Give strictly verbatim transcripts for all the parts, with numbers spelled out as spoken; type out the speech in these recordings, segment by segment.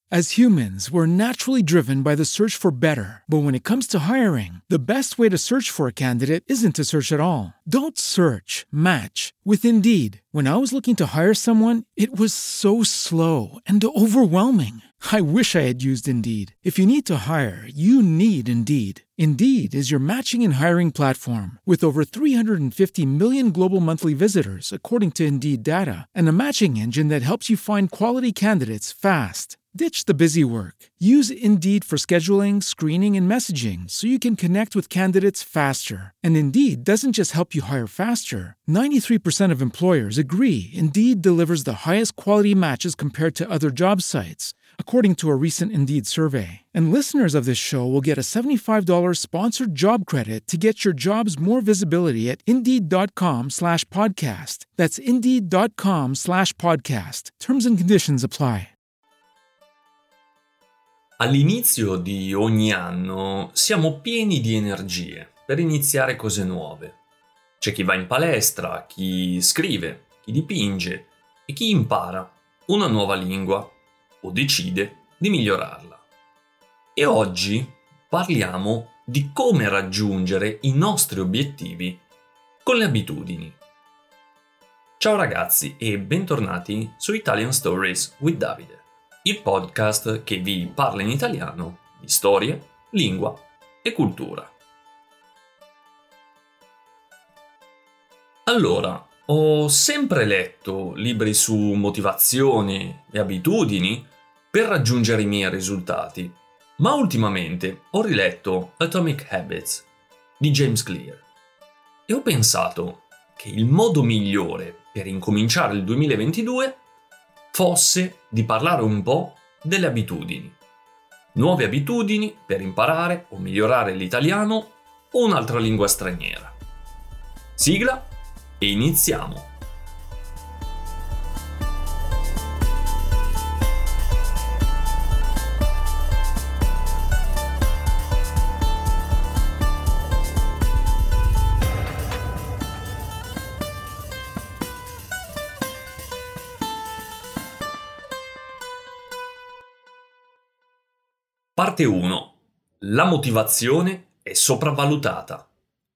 As humans, we're naturally driven by the search for better. But when it comes to hiring, the best way to search for a candidate isn't to search at all. Don't search, match with Indeed. When I was looking to hire someone, it was so slow and overwhelming. I wish I had used Indeed. If you need to hire, you need Indeed. Indeed is your matching and hiring platform with over three hundred fifty million global monthly visitors, according to Indeed data, and a matching engine that helps you find quality candidates fast. Ditch the busy work. Use Indeed for scheduling, screening, and messaging so you can connect with candidates faster. And Indeed doesn't just help you hire faster. ninety-three percent of employers agree Indeed delivers the highest quality matches compared to other job sites, according to a recent Indeed survey. And listeners of this show will get a seventy-five dollars sponsored job credit to get your jobs more visibility at Indeed.com slash podcast. That's Indeed.com slash podcast. Terms and conditions apply. All'inizio di ogni anno siamo pieni di energie per iniziare cose nuove. C'è chi va in palestra, chi scrive, chi dipinge e chi impara una nuova lingua o decide di migliorarla. E oggi parliamo di come raggiungere i nostri obiettivi con le abitudini. Ciao ragazzi e bentornati su Italian Stories with Davide, il podcast che vi parla in italiano di storie, lingua e cultura. Allora, ho sempre letto libri su motivazione e abitudini per raggiungere i miei risultati, ma ultimamente ho riletto Atomic Habits di James Clear e ho pensato che il modo migliore per incominciare il duemilaventidue fosse di parlare un po' delle abitudini. Nuove abitudini per imparare o migliorare l'italiano o un'altra lingua straniera. Sigla e iniziamo! Parte uno. La motivazione è sopravvalutata.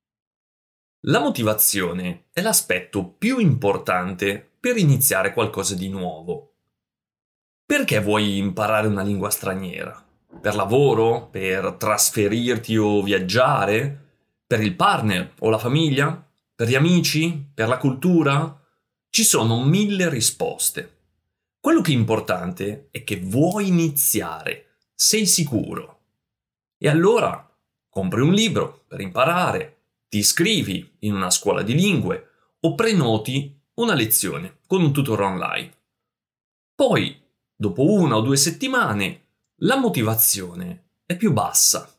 La motivazione è l'aspetto più importante per iniziare qualcosa di nuovo. Perché vuoi imparare una lingua straniera? Per lavoro? Per trasferirti o viaggiare? Per il partner o la famiglia? Per gli amici? Per la cultura? Ci sono mille risposte. Quello che è importante è che vuoi iniziare. Sei sicuro. E allora compri un libro per imparare, ti iscrivi in una scuola di lingue o prenoti una lezione con un tutor online. Poi, dopo una o due settimane, la motivazione è più bassa.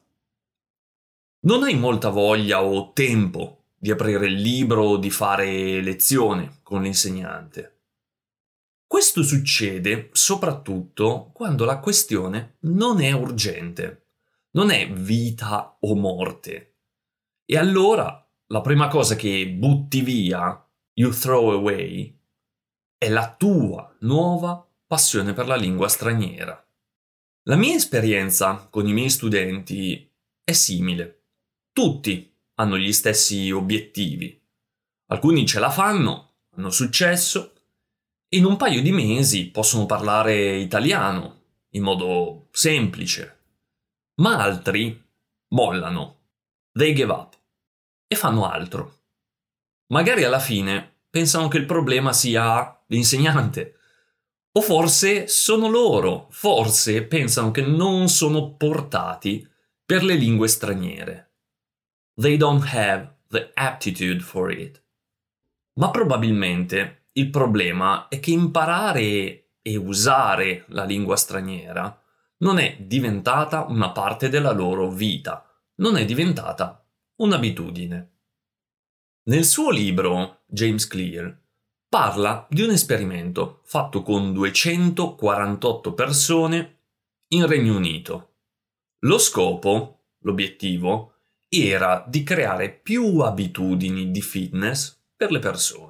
Non hai molta voglia o tempo di aprire il libro o di fare lezione con l'insegnante. Questo succede soprattutto quando la questione non è urgente, non è vita o morte. E allora la prima cosa che butti via, you throw away, è la tua nuova passione per la lingua straniera. La mia esperienza con i miei studenti è simile. Tutti hanno gli stessi obiettivi. Alcuni ce la fanno, hanno successo, in un paio di mesi possono parlare italiano in modo semplice, ma altri mollano, they give up, e fanno altro. Magari alla fine pensano che il problema sia l'insegnante, o forse sono loro, forse pensano che non sono portati per le lingue straniere. They don't have the aptitude for it. Ma probabilmente il problema è che imparare e usare la lingua straniera non è diventata una parte della loro vita, non è diventata un'abitudine. Nel suo libro, James Clear parla di un esperimento fatto con duecentoquarantotto persone in Regno Unito. Lo scopo, l'obiettivo, era di creare più abitudini di fitness per le persone.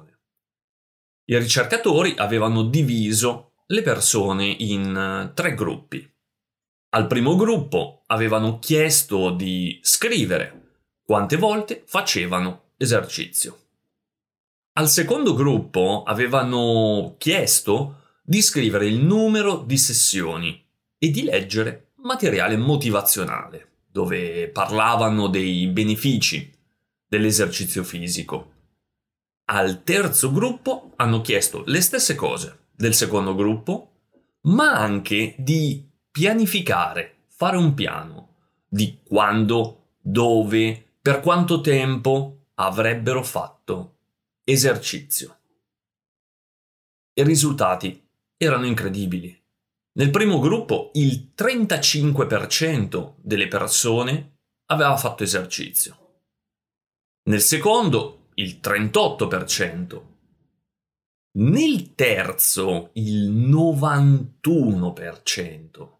I ricercatori avevano diviso le persone in tre gruppi. Al primo gruppo avevano chiesto di scrivere quante volte facevano esercizio. Al secondo gruppo avevano chiesto di scrivere il numero di sessioni e di leggere materiale motivazionale, dove parlavano dei benefici dell'esercizio fisico. Al terzo gruppo hanno chiesto le stesse cose del secondo gruppo, ma anche di pianificare, fare un piano di quando, dove, per quanto tempo avrebbero fatto esercizio. I risultati erano incredibili. Nel primo gruppo il trentacinque per cento delle persone aveva fatto esercizio. Nel secondo il trentotto per cento. Nel terzo il novantuno per cento.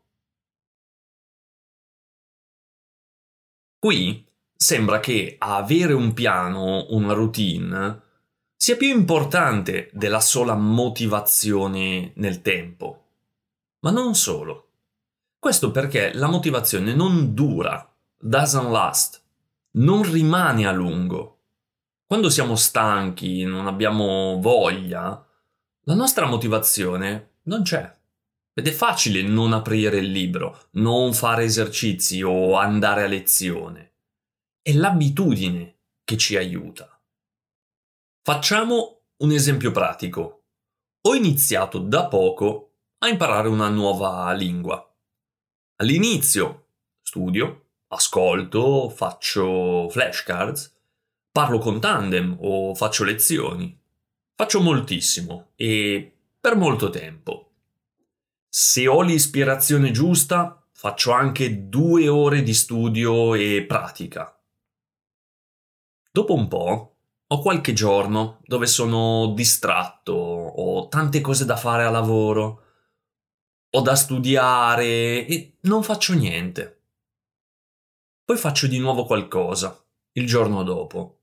Qui sembra che avere un piano, una routine, sia più importante della sola motivazione nel tempo. Ma non solo. Questo perché la motivazione non dura, doesn't last, non rimane a lungo. Quando siamo stanchi, non abbiamo voglia, la nostra motivazione non c'è. Ed è facile non aprire il libro, non fare esercizi o andare a lezione. È l'abitudine che ci aiuta. Facciamo un esempio pratico. Ho iniziato da poco a imparare una nuova lingua. All'inizio studio, ascolto, faccio flashcards, parlo con tandem o faccio lezioni. Faccio moltissimo e per molto tempo. Se ho l'ispirazione giusta, faccio anche due ore di studio e pratica. Dopo un po', ho qualche giorno dove sono distratto, ho tante cose da fare a lavoro, ho da studiare e non faccio niente. Poi faccio di nuovo qualcosa, il giorno dopo.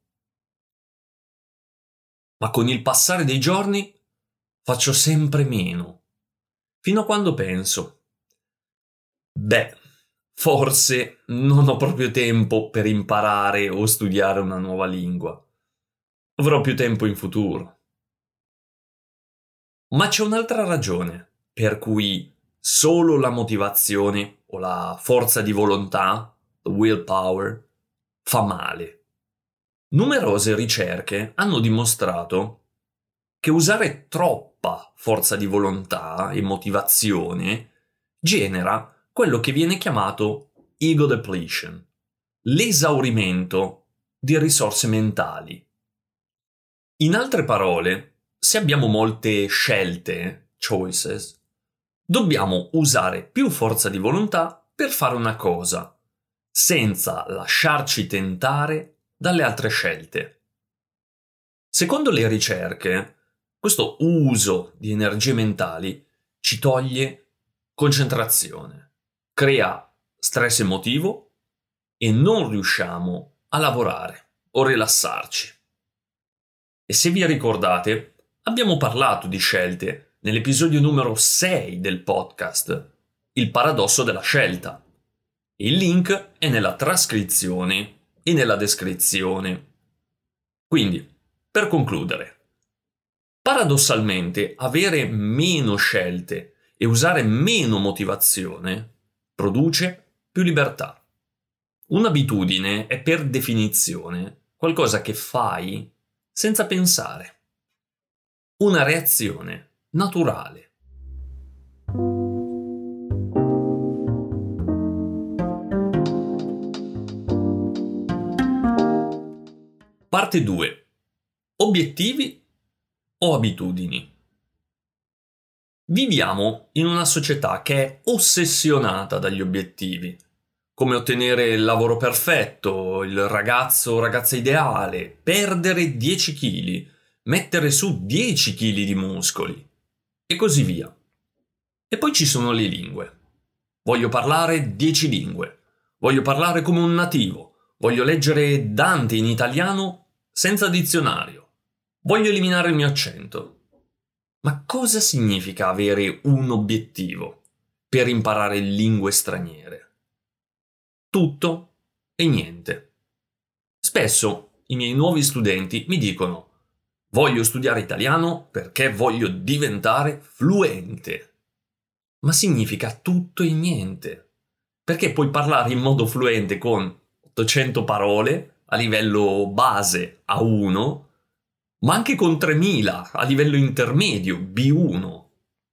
Ma con il passare dei giorni faccio sempre meno, fino a quando penso: beh, forse non ho proprio tempo per imparare o studiare una nuova lingua. Avrò più tempo in futuro. Ma c'è un'altra ragione per cui solo la motivazione o la forza di volontà, the willpower, fa male. Numerose ricerche hanno dimostrato che usare troppa forza di volontà e motivazione genera quello che viene chiamato ego depletion, l'esaurimento di risorse mentali. In altre parole, se abbiamo molte scelte, choices, dobbiamo usare più forza di volontà per fare una cosa, senza lasciarci tentare dalle altre scelte. Secondo le ricerche, questo uso di energie mentali ci toglie concentrazione, crea stress emotivo e non riusciamo a lavorare o rilassarci. E se vi ricordate, abbiamo parlato di scelte nell'episodio numero sei del podcast, Il paradosso della scelta. Il link è nella trascrizione e nella descrizione. Quindi, per concludere, paradossalmente avere meno scelte e usare meno motivazione produce più libertà. Un'abitudine è per definizione qualcosa che fai senza pensare. Una reazione naturale. Parte due. Obiettivi o abitudini? Viviamo in una società che è ossessionata dagli obiettivi, come ottenere il lavoro perfetto, il ragazzo o ragazza ideale, perdere dieci chili, mettere su dieci chili di muscoli e così via. E poi ci sono le lingue. Voglio parlare dieci lingue, voglio parlare come un nativo, voglio leggere Dante in italiano senza dizionario, voglio eliminare il mio accento. Ma cosa significa avere un obiettivo? per imparare lingue straniere? Tutto e niente. Spesso i miei nuovi studenti mi dicono: voglio studiare italiano perché voglio diventare fluente. Ma significa tutto e niente, perché puoi parlare in modo fluente con ottocento parole a livello base A uno, ma anche con tremila a livello intermedio B uno.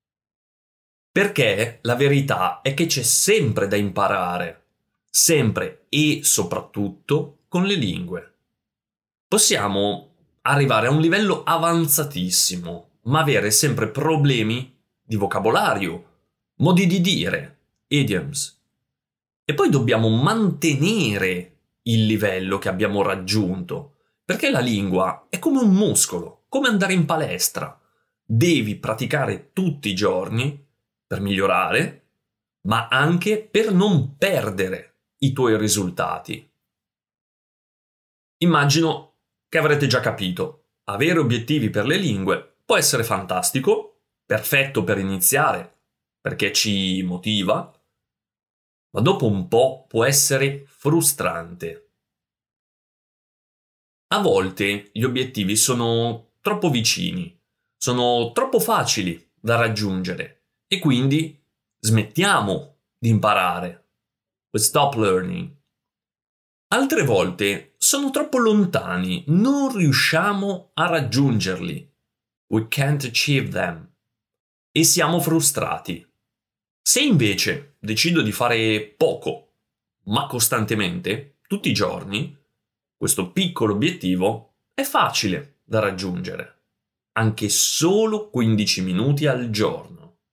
Perché la verità è che c'è sempre da imparare, sempre e soprattutto con le lingue. Possiamo arrivare a un livello avanzatissimo, ma avere sempre problemi di vocabolario, modi di dire, idioms. E poi dobbiamo mantenere il livello che abbiamo raggiunto, perché la lingua è come un muscolo, come andare in palestra. Devi praticare tutti i giorni per migliorare, ma anche per non perdere i tuoi risultati. Immagino che avrete già capito, avere obiettivi per le lingue può essere fantastico, perfetto per iniziare, perché ci motiva, ma dopo un po' può essere frustrante. A volte gli obiettivi sono troppo vicini, sono troppo facili da raggiungere e quindi smettiamo di imparare. We stop learning. Altre volte sono troppo lontani, non riusciamo a raggiungerli. We can't achieve them. E siamo frustrati. Se invece decido di fare poco, ma costantemente, tutti i giorni, questo piccolo obiettivo è facile da raggiungere. Anche solo quindici minuti al giorno.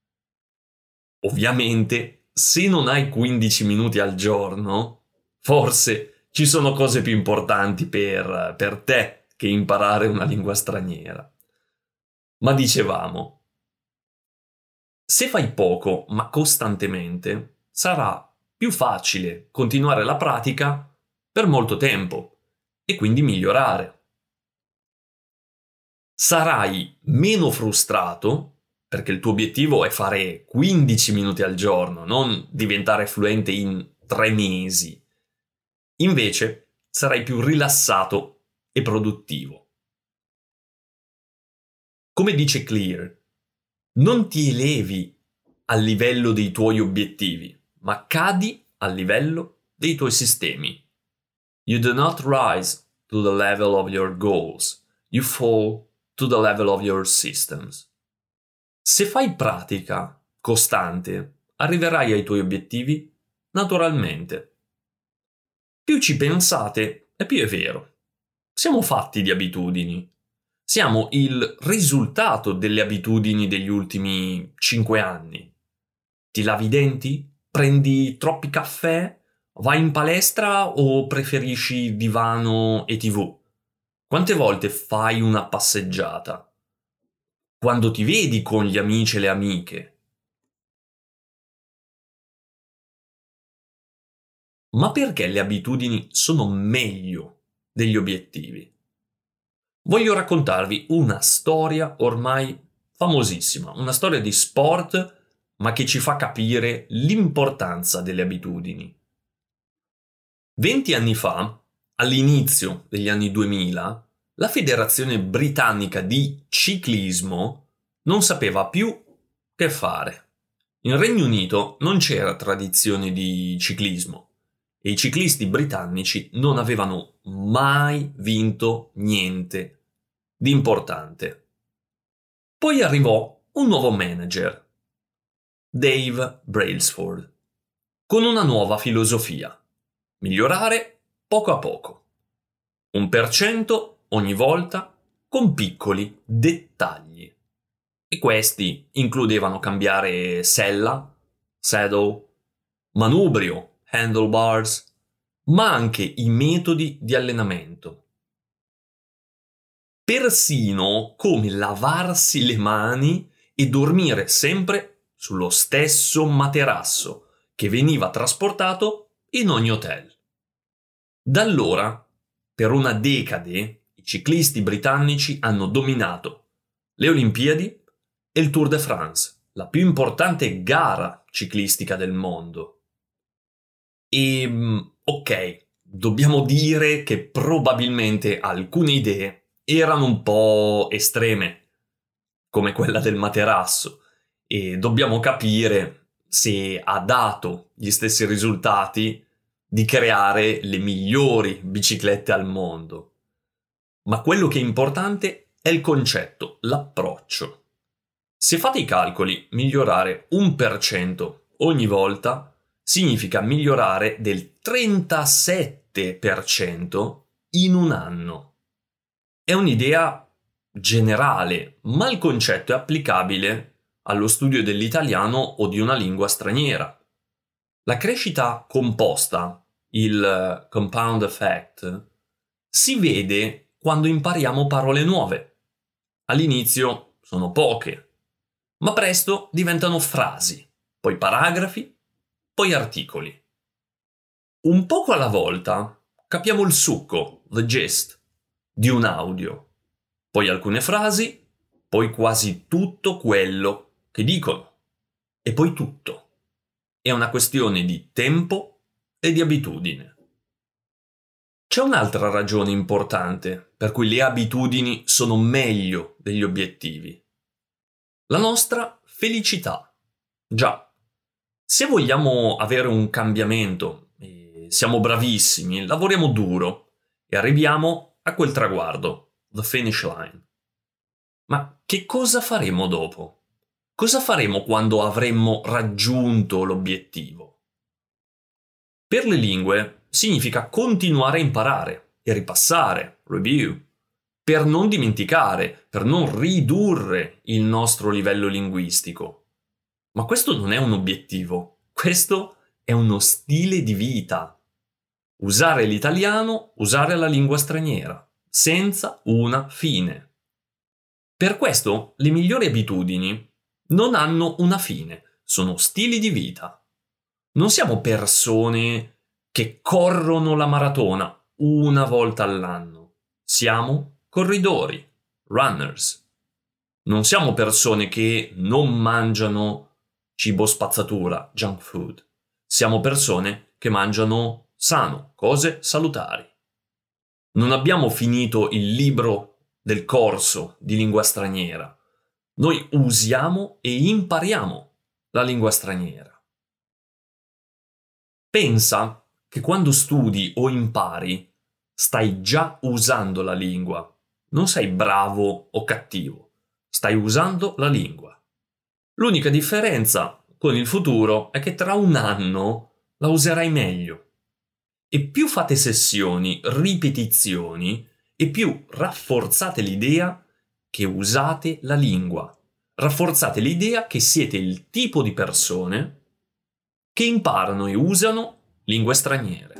Ovviamente, se non hai quindici minuti al giorno, forse ci sono cose più importanti per, per te che imparare una lingua straniera. Ma dicevamo, se fai poco ma costantemente, sarà più facile continuare la pratica per molto tempo e quindi migliorare. Sarai meno frustrato perché il tuo obiettivo è fare quindici minuti al giorno, non diventare fluente in tre mesi. Invece sarai più rilassato e produttivo. Come dice Clear, non ti elevi al livello dei tuoi obiettivi, ma cadi al livello dei tuoi sistemi. You do not rise to the level of your goals, you fall to the level of your systems. Se fai pratica costante, arriverai ai tuoi obiettivi naturalmente. Più ci pensate, e più è vero. Siamo fatti di abitudini. Siamo il risultato delle abitudini degli ultimi cinque anni. Ti lavi i denti? Prendi troppi caffè? Vai in palestra o preferisci divano e tivù? Quante volte fai una passeggiata? Quando ti vedi con gli amici e le amiche? Ma perché le abitudini sono meglio degli obiettivi? Voglio raccontarvi una storia ormai famosissima, una storia di sport, ma che ci fa capire l'importanza delle abitudini. Venti anni fa, all'inizio degli anni duemila, la Federazione Britannica di Ciclismo non sapeva più che fare. In Regno Unito non c'era tradizione di ciclismo e i ciclisti britannici non avevano mai vinto niente di importante. Poi arrivò un nuovo manager, Dave Brailsford, con una nuova filosofia: migliorare poco a poco, un per cento ogni volta con piccoli dettagli. E questi includevano cambiare sella, saddle, manubrio, handlebars, ma anche i metodi di allenamento. Persino come lavarsi le mani e dormire sempre sullo stesso materasso che veniva trasportato in ogni hotel. Da allora, per una decade, i ciclisti britannici hanno dominato le Olimpiadi e il Tour de France, la più importante gara ciclistica del mondo. E, ok, dobbiamo dire che probabilmente alcune idee erano un po' estreme, come quella del materasso, e dobbiamo capire se ha dato gli stessi risultati di creare le migliori biciclette al mondo. Ma quello che è importante è il concetto, l'approccio. Se fate i calcoli, migliorare un per cento ogni volta significa migliorare del trentasette per cento in un anno. È un'idea generale, ma il concetto è applicabile allo studio dell'italiano o di una lingua straniera. La crescita composta, il compound effect, si vede quando impariamo parole nuove. All'inizio sono poche, ma presto diventano frasi, poi paragrafi, poi articoli. Un poco alla volta capiamo il succo, the gist, di un audio, poi alcune frasi, poi quasi tutto quello che dicono, e poi tutto. È una questione di tempo e di abitudine. C'è un'altra ragione importante per cui le abitudini sono meglio degli obiettivi. La nostra felicità. Già, se vogliamo avere un cambiamento e siamo bravissimi, lavoriamo duro e arriviamo a quel traguardo, the finish line. Ma che cosa faremo dopo? Cosa faremo quando avremmo raggiunto l'obiettivo? Per le lingue significa continuare a imparare e ripassare, review, per non dimenticare, per non ridurre il nostro livello linguistico. Ma questo non è un obiettivo, questo è uno stile di vita. Usare l'italiano, usare la lingua straniera, senza una fine. Per questo le migliori abitudini non hanno una fine, sono stili di vita. Non siamo persone che corrono la maratona una volta all'anno. Siamo corridori, runners. Non siamo persone che non mangiano cibo spazzatura, junk food. Siamo persone che mangiano sano, cose salutari. Non abbiamo finito il libro del corso di lingua straniera. Noi usiamo e impariamo la lingua straniera. Pensa che quando studi o impari stai già usando la lingua. Non sei bravo o cattivo, stai usando la lingua. L'unica differenza con il futuro è che tra un anno la userai meglio. E più fate sessioni, ripetizioni, e più rafforzate l'idea che usate la lingua. Rafforzate l'idea che siete il tipo di persone che imparano e usano lingue straniere.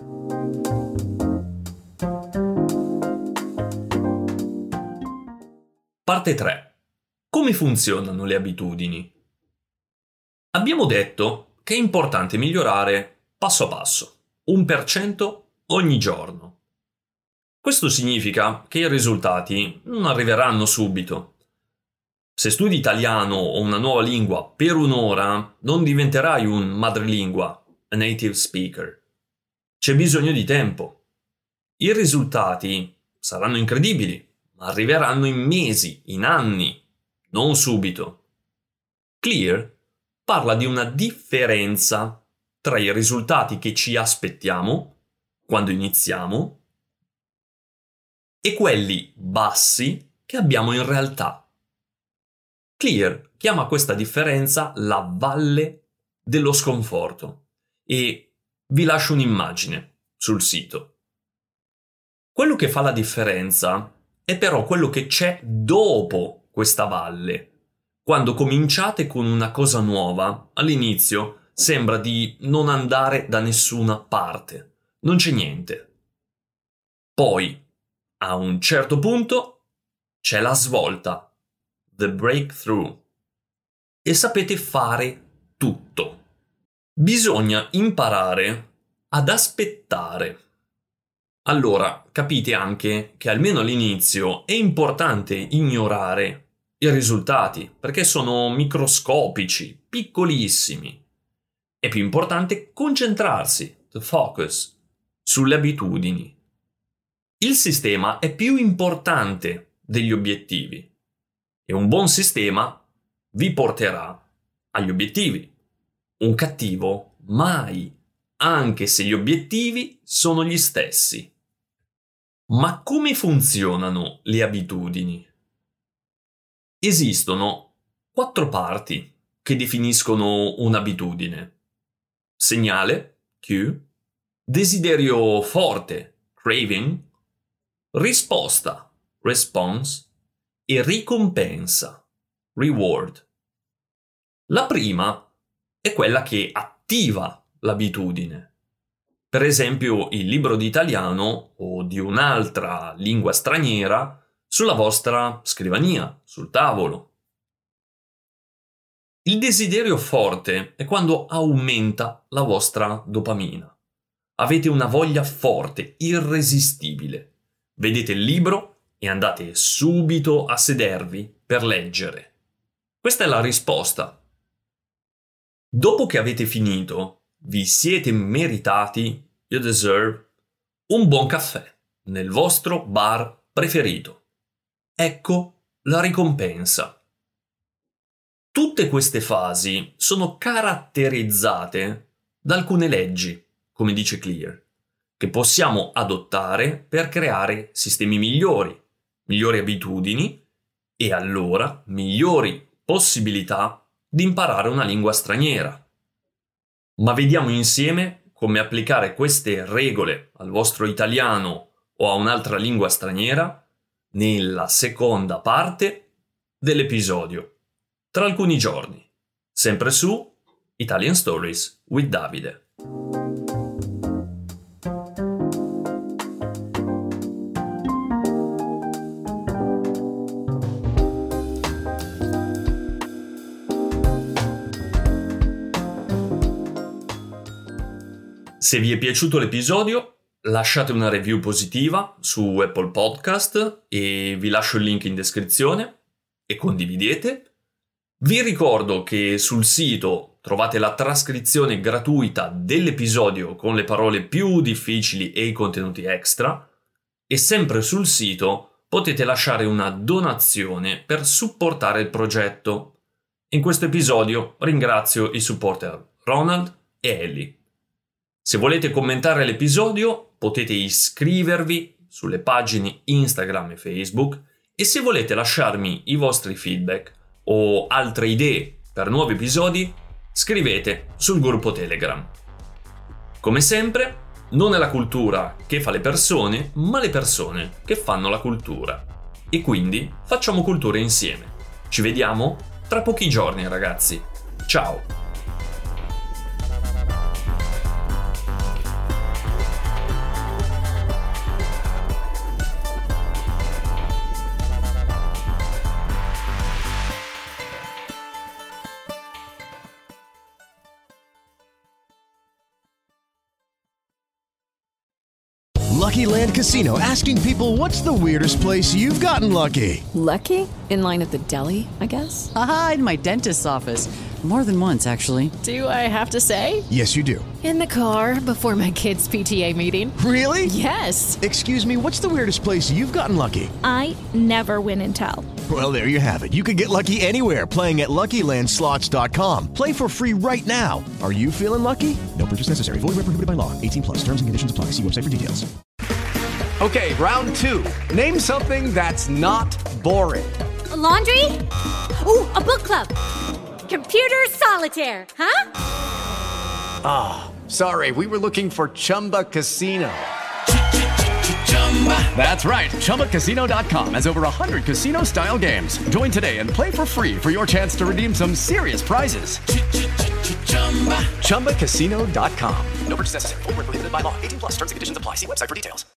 Parte tre. Come funzionano le abitudini? Abbiamo detto che è importante migliorare passo a passo, un per cento ogni giorno. Questo significa che i risultati non arriveranno subito. Se studi italiano o una nuova lingua per un'ora, non diventerai un madrelingua, a native speaker. C'è bisogno di tempo. I risultati saranno incredibili, ma arriveranno in mesi, in anni, non subito. Clear parla di una differenza tra i risultati che ci aspettiamo quando iniziamo e quelli bassi che abbiamo in realtà. Clear chiama questa differenza la valle dello sconforto e vi lascio un'immagine sul sito. Quello che fa la differenza è però quello che c'è dopo questa valle. Quando cominciate con una cosa nuova, all'inizio sembra di non andare da nessuna parte, non c'è niente. Poi, a un certo punto, c'è la svolta, the breakthrough, e sapete fare tutto. Bisogna imparare ad aspettare. Allora, capite anche che almeno all'inizio è importante ignorare i risultati, perché sono microscopici, piccolissimi. È più importante concentrarsi, to focus, sulle abitudini. Il sistema è più importante degli obiettivi e un buon sistema vi porterà agli obiettivi. Un cattivo mai, anche se gli obiettivi sono gli stessi. Ma come funzionano le abitudini? Esistono quattro parti che definiscono un'abitudine. Segnale, cue, desiderio forte, craving, risposta, response, e ricompensa, reward. La prima è quella che attiva l'abitudine. Per esempio il libro di italiano o di un'altra lingua straniera sulla vostra scrivania, sul tavolo. Il desiderio forte è quando aumenta la vostra dopamina. Avete una voglia forte, irresistibile. Vedete il libro e andate subito a sedervi per leggere. Questa è la risposta. Dopo che avete finito, vi siete meritati, you deserve, un buon caffè nel vostro bar preferito. Ecco la ricompensa. Tutte queste fasi sono caratterizzate da alcune leggi, come dice Clear, che possiamo adottare per creare sistemi migliori, migliori abitudini e allora migliori possibilità di imparare una lingua straniera. Ma vediamo insieme come applicare queste regole al vostro italiano o a un'altra lingua straniera nella seconda parte dell'episodio, tra alcuni giorni, sempre su Italian Stories with Davide. Se vi è piaciuto l'episodio, lasciate una review positiva su Apple Podcast e vi lascio il link in descrizione e condividete. Vi ricordo che sul sito trovate la trascrizione gratuita dell'episodio con le parole più difficili e i contenuti extra e sempre sul sito potete lasciare una donazione per supportare il progetto. In questo episodio ringrazio i supporter Ronald e Ellie. Se volete commentare l'episodio, potete iscrivervi sulle pagine Instagram e Facebook e se volete lasciarmi i vostri feedback o altre idee per nuovi episodi, scrivete sul gruppo Telegram. Come sempre, non è la cultura che fa le persone, ma le persone che fanno la cultura. E quindi facciamo cultura insieme. Ci vediamo tra pochi giorni, ragazzi. Ciao! Lucky Land Casino, asking people, what's the weirdest place you've gotten lucky? Lucky? In line at the deli, I guess? Aha, in my dentist's office. More than once, actually. Do I have to say? Yes, you do. In the car before my kids' P T A meeting. Really? Yes. Excuse me, what's the weirdest place you've gotten lucky? I never win and tell. Well, there you have it. You can get lucky anywhere, playing at Lucky Land Slots dot com. Play for free right now. Are you feeling lucky? No purchase necessary. Void where prohibited by law. eighteen plus. Terms and conditions apply. See website for details. Okay, round two. Name something that's not boring. A laundry? Ooh, a book club. Computer solitaire, huh? Ah, oh, sorry. We were looking for Chumba Casino. That's right. Chumba Casino dot com has over one hundred casino-style games. Join today and play for free for your chance to redeem some serious prizes. Chumba Casino dot com. No purchase necessary. Void where prohibited by law. eighteen plus. Terms and conditions apply. See website for details.